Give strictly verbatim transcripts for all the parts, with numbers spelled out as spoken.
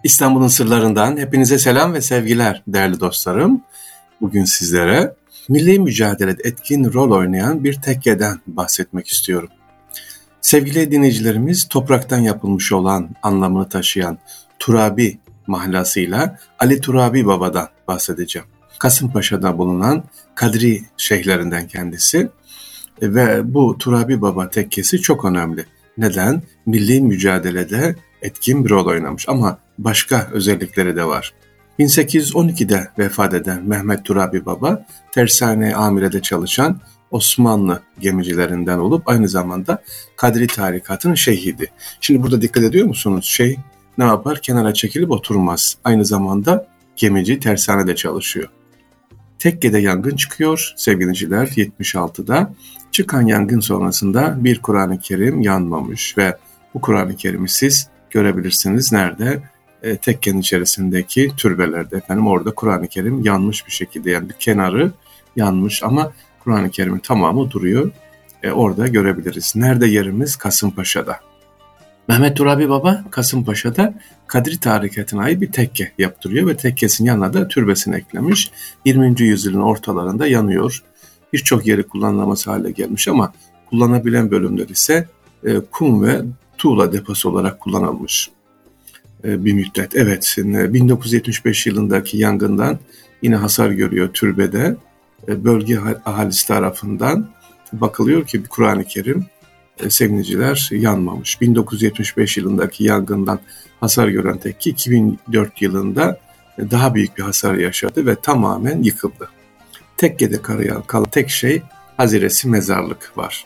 İstanbul'un sırlarından hepinize selam ve sevgiler değerli dostlarım. Bugün sizlere milli mücadelede etkin rol oynayan bir tekkeden bahsetmek istiyorum. Sevgili dinleyicilerimiz, topraktan yapılmış olan anlamını taşıyan Turabi mahlasıyla Ali Turabi Baba'dan bahsedeceğim. Kasımpaşa'da bulunan Kadri şeyhlerinden kendisi ve bu Turabi Baba tekkesi çok önemli. Neden? Milli mücadelede etkin bir rol oynamış ama başka özellikleri de var. bin sekiz yüz on ikide vefat eden Mehmet Turabi Baba, tersane amirede çalışan Osmanlı gemicilerinden olup aynı zamanda Kadri tarikatının şeyhiydi. Şimdi burada dikkat ediyor musunuz? Şeyh ne yapar? Kenara çekilip oturmaz. Aynı zamanda gemici tersanede çalışıyor. Tekkede yangın çıkıyor sevgiliciler yetmiş altıda. Çıkan yangın sonrasında bir Kur'an-ı Kerim yanmamış ve bu Kur'an-ı Kerim'i siz görebilirsiniz. Nerede? E, tekkenin içerisindeki türbelerde. Efendim orada Kur'an-ı Kerim yanmış bir şekilde. Yani bir kenarı yanmış ama Kur'an-ı Kerim'in tamamı duruyor. E, orada görebiliriz. Nerede yerimiz? Kasımpaşa'da. Mehmet Turabi Baba Kasımpaşa'da Kadri tarikatına ait bir tekke yaptırıyor ve tekkesinin yanına da türbesini eklemiş. yirminci yüzyılın ortalarında yanıyor. Birçok yeri kullanılamaz hale gelmiş ama kullanabilen bölümler ise e, kum ve tuğla deposu olarak kullanılmış e, bir müddet. Evet, bin dokuz yüz yetmiş beş yılındaki yangından yine hasar görüyor türbede. E, bölge ahalisi tarafından bakılıyor ki Kur'an-ı Kerim e, sevgiliciler yanmamış. bin dokuz yüz yetmiş beş yılındaki yangından hasar gören tekke iki bin dört yılında e, daha büyük bir hasar yaşadı ve tamamen yıkıldı. Tekkede kalan tek şey haziresi mezarlık var.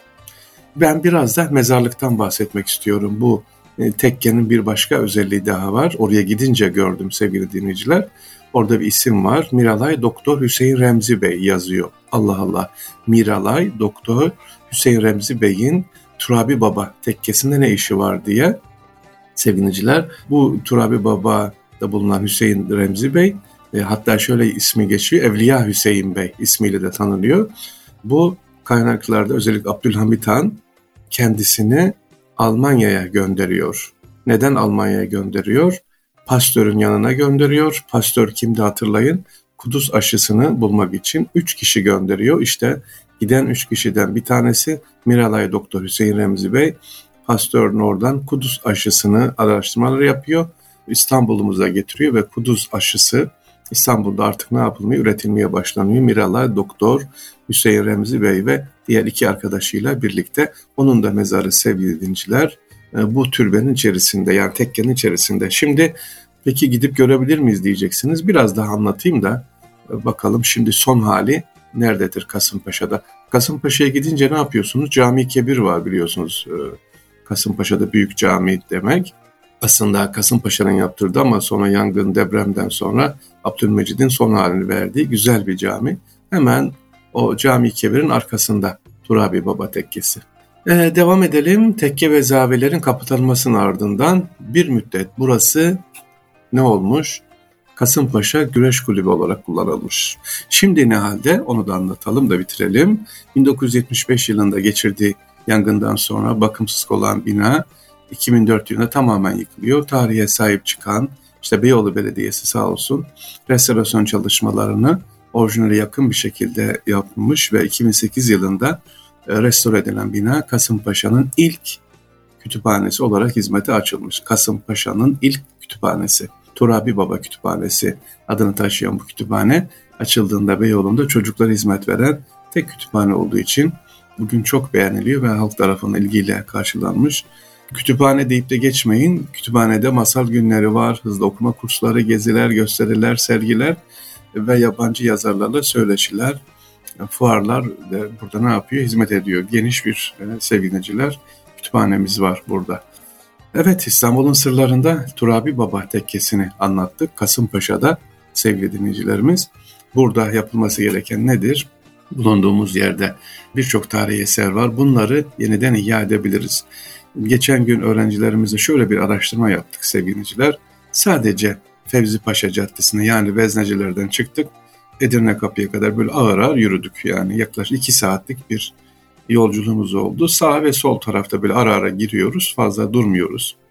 Ben biraz da mezarlıktan bahsetmek istiyorum. Bu e, tekkenin bir başka özelliği daha var. Oraya gidince gördüm sevgili dinleyiciler. Orada bir isim var. Miralay Doktor Hüseyin Remzi Bey yazıyor. Allah Allah. Miralay Doktor Hüseyin Remzi Bey'in Turabi Baba tekkesinde ne işi var diye sevgiliciler. Bu Turabi Baba'da bulunan Hüseyin Remzi Bey, e, hatta şöyle ismi geçiyor. Evliya Hüseyin Bey ismiyle de tanınıyor. Bu kaynaklarda özellikle Abdülhamit Han kendisini Almanya'ya gönderiyor. Neden Almanya'ya gönderiyor? Pasteur'ün yanına gönderiyor. Pasteur kimdi hatırlayın? Kudüs aşısını bulmak için üç kişi gönderiyor. İşte giden üç kişiden bir tanesi Miralay Doktor Hüseyin Remzi Bey. Pasteur'ün oradan Kudüs aşısını araştırmaları yapıyor. İstanbul'umuza getiriyor ve Kudüs aşısı İstanbul'da artık ne yapılmıyor? Üretilmeye başlanıyor. Miralay Doktor Hüseyin Remzi Bey ve diğer iki arkadaşıyla birlikte. Onun da mezarı sevgili dinleyiciler bu türbenin içerisinde, yani tekkenin içerisinde. Şimdi peki gidip görebilir miyiz diyeceksiniz. Biraz daha anlatayım da bakalım şimdi son hali nerededir Kasımpaşa'da. Kasımpaşa'ya gidince ne yapıyorsunuz? Cami-i Kebir var biliyorsunuz. Kasımpaşa'da büyük cami demek. Aslında Kasımpaşa'nın yaptırdığı ama sonra yangın, depremden sonra Abdülmecid'in son halini verdiği güzel bir cami. Hemen o Cami-i Kebir'in arkasında Turabi Baba tekkesi. Ee, devam edelim. Tekke ve zavelerin kapatılmasının ardından bir müddet burası ne olmuş? Kasımpaşa Güreş Kulübü olarak kullanılmış. Şimdi ne halde? Onu da anlatalım da bitirelim. bin dokuz yüz yetmiş beş yılında geçirdiği yangından sonra bakımsız olan bina iki bin dört yılında tamamen yıkılıyor. Tarihe sahip çıkan işte Beyoğlu Belediyesi sağ olsun restorasyon çalışmalarını orijinale yakın bir şekilde yapmış ve iki bin sekiz yılında restore edilen bina Kasımpaşa'nın ilk kütüphanesi olarak hizmete açılmış. Kasımpaşa'nın ilk kütüphanesi. Turabi Baba Kütüphanesi adını taşıyan bu kütüphane açıldığında Beyoğlu'nda çocuklara hizmet veren tek kütüphane olduğu için bugün çok beğeniliyor ve halk tarafından ilgiyle karşılanmış. Kütüphane deyip de geçmeyin. Kütüphanede masal günleri var, hızlı okuma kursları, geziler, gösteriler, sergiler ve yabancı yazarlarla söyleşiler, fuarlar da burada ne yapıyor? Hizmet ediyor. Geniş bir e, sevgiliciler kütüphanemiz var burada. Evet, İstanbul'un sırlarında Turabi Baba tekkesini anlattık. Kasımpaşa'da sevgili dinleyicilerimiz. Burada yapılması gereken nedir? Bulunduğumuz yerde birçok tarihi eser var. Bunları yeniden ihya edebiliriz. Geçen gün öğrencilerimizle şöyle bir araştırma yaptık sevgili dinleyiciler. Sadece Fevzi Paşa Caddesi'ne, yani Veznecilerden çıktık. Edirne Kapı'ya kadar böyle ağır ağır yürüdük. Yani yaklaşık iki saatlik bir yolculuğumuz oldu. Sağ ve sol tarafta böyle ara ara giriyoruz. Fazla durmuyoruz.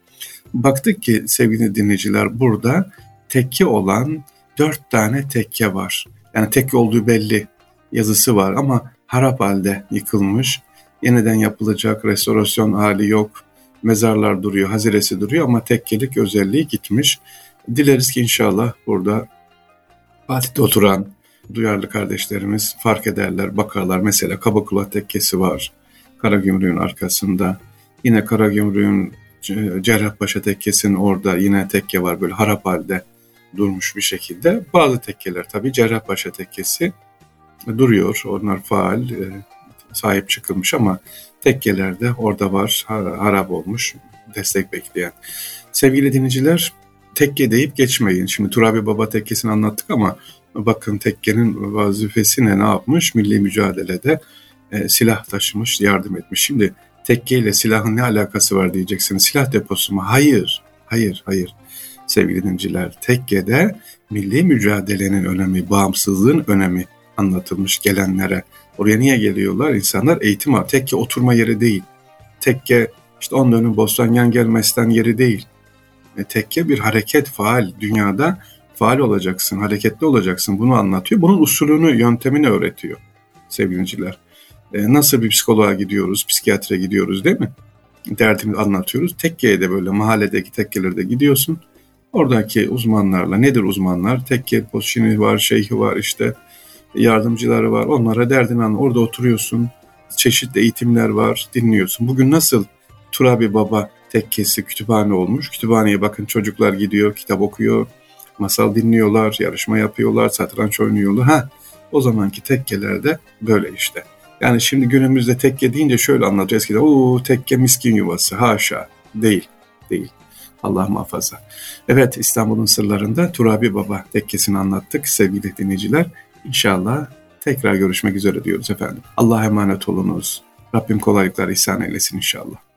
Baktık ki sevgili dinleyiciler, burada tekke olan dört tane tekke var. Yani tekke olduğu belli, yazısı var ama harap halde yıkılmış. Yeniden yapılacak, restorasyon hali yok. Mezarlar duruyor, haziresi duruyor ama tekkelik özelliği gitmiş. Dileriz ki inşallah burada Fatih'te oturan duyarlı kardeşlerimiz fark ederler, bakarlar. Mesela Kabakula tekkesi var Karagümrük'ün arkasında. Yine Karagümrük'ün Cerrahpaşa tekkesinin orada yine tekke var, böyle harap halde durmuş bir şekilde. Bazı tekkeler tabii Cerrahpaşa tekkesi duruyor. Onlar faal, sahip çıkılmış ama tekkeler de orada var, harap olmuş, destek bekleyen. Sevgili dinleyiciler, tekke deyip geçmeyin. Şimdi Turabi Baba tekkesini anlattık ama bakın tekkenin vazifesi ne, ne yapmış? Milli mücadelede e, silah taşımış, yardım etmiş. Şimdi tekkeyle silahın ne alakası var diyeceksiniz. Silah deposu mu? Hayır, hayır, hayır. Sevgili dinleyiciler, tekkede milli mücadelenin önemi, bağımsızlığın önemi anlatılmış gelenlere. Oraya niye geliyorlar? İnsanlar eğitim var. Tekke oturma yeri değil. Tekke işte on dönüm Bostanyan gelmezden yeri değil. E, tekke bir hareket, faal. Dünyada faal olacaksın, hareketli olacaksın. Bunu anlatıyor. Bunun usulünü, yöntemini öğretiyor sevgiliciler. E, nasıl bir psikoloğa gidiyoruz, psikiyatre gidiyoruz değil mi? Derdimizi anlatıyoruz. Tekkeye de böyle mahalledeki tekkelerde gidiyorsun. Oradaki uzmanlarla, nedir uzmanlar? Tekke pozisyonu var, şeyhi var, işte yardımcıları var. Onlara derdini anlat. Orada oturuyorsun. Çeşitli eğitimler var, dinliyorsun. Bugün nasıl Turabi Baba tekkesi kütüphane olmuş? Kütüphaneye bakın, çocuklar gidiyor, kitap okuyor, masal dinliyorlar, yarışma yapıyorlar, satranç oynuyorlar. Ha, o zamanki tekkelerde böyle işte. Yani şimdi günümüzde tekke deyince şöyle anlatıyor. Eskiden ooo tekke miskin yuvası. Haşa. Değil. Değil. Allah muhafaza. Evet, İstanbul'un sırlarında Turabi Baba tekkesini anlattık sevgili dinleyiciler. İnşallah tekrar görüşmek üzere diyoruz efendim. Allah'a emanet olunuz. Rabbim kolaylıklar ihsan eylesin inşallah.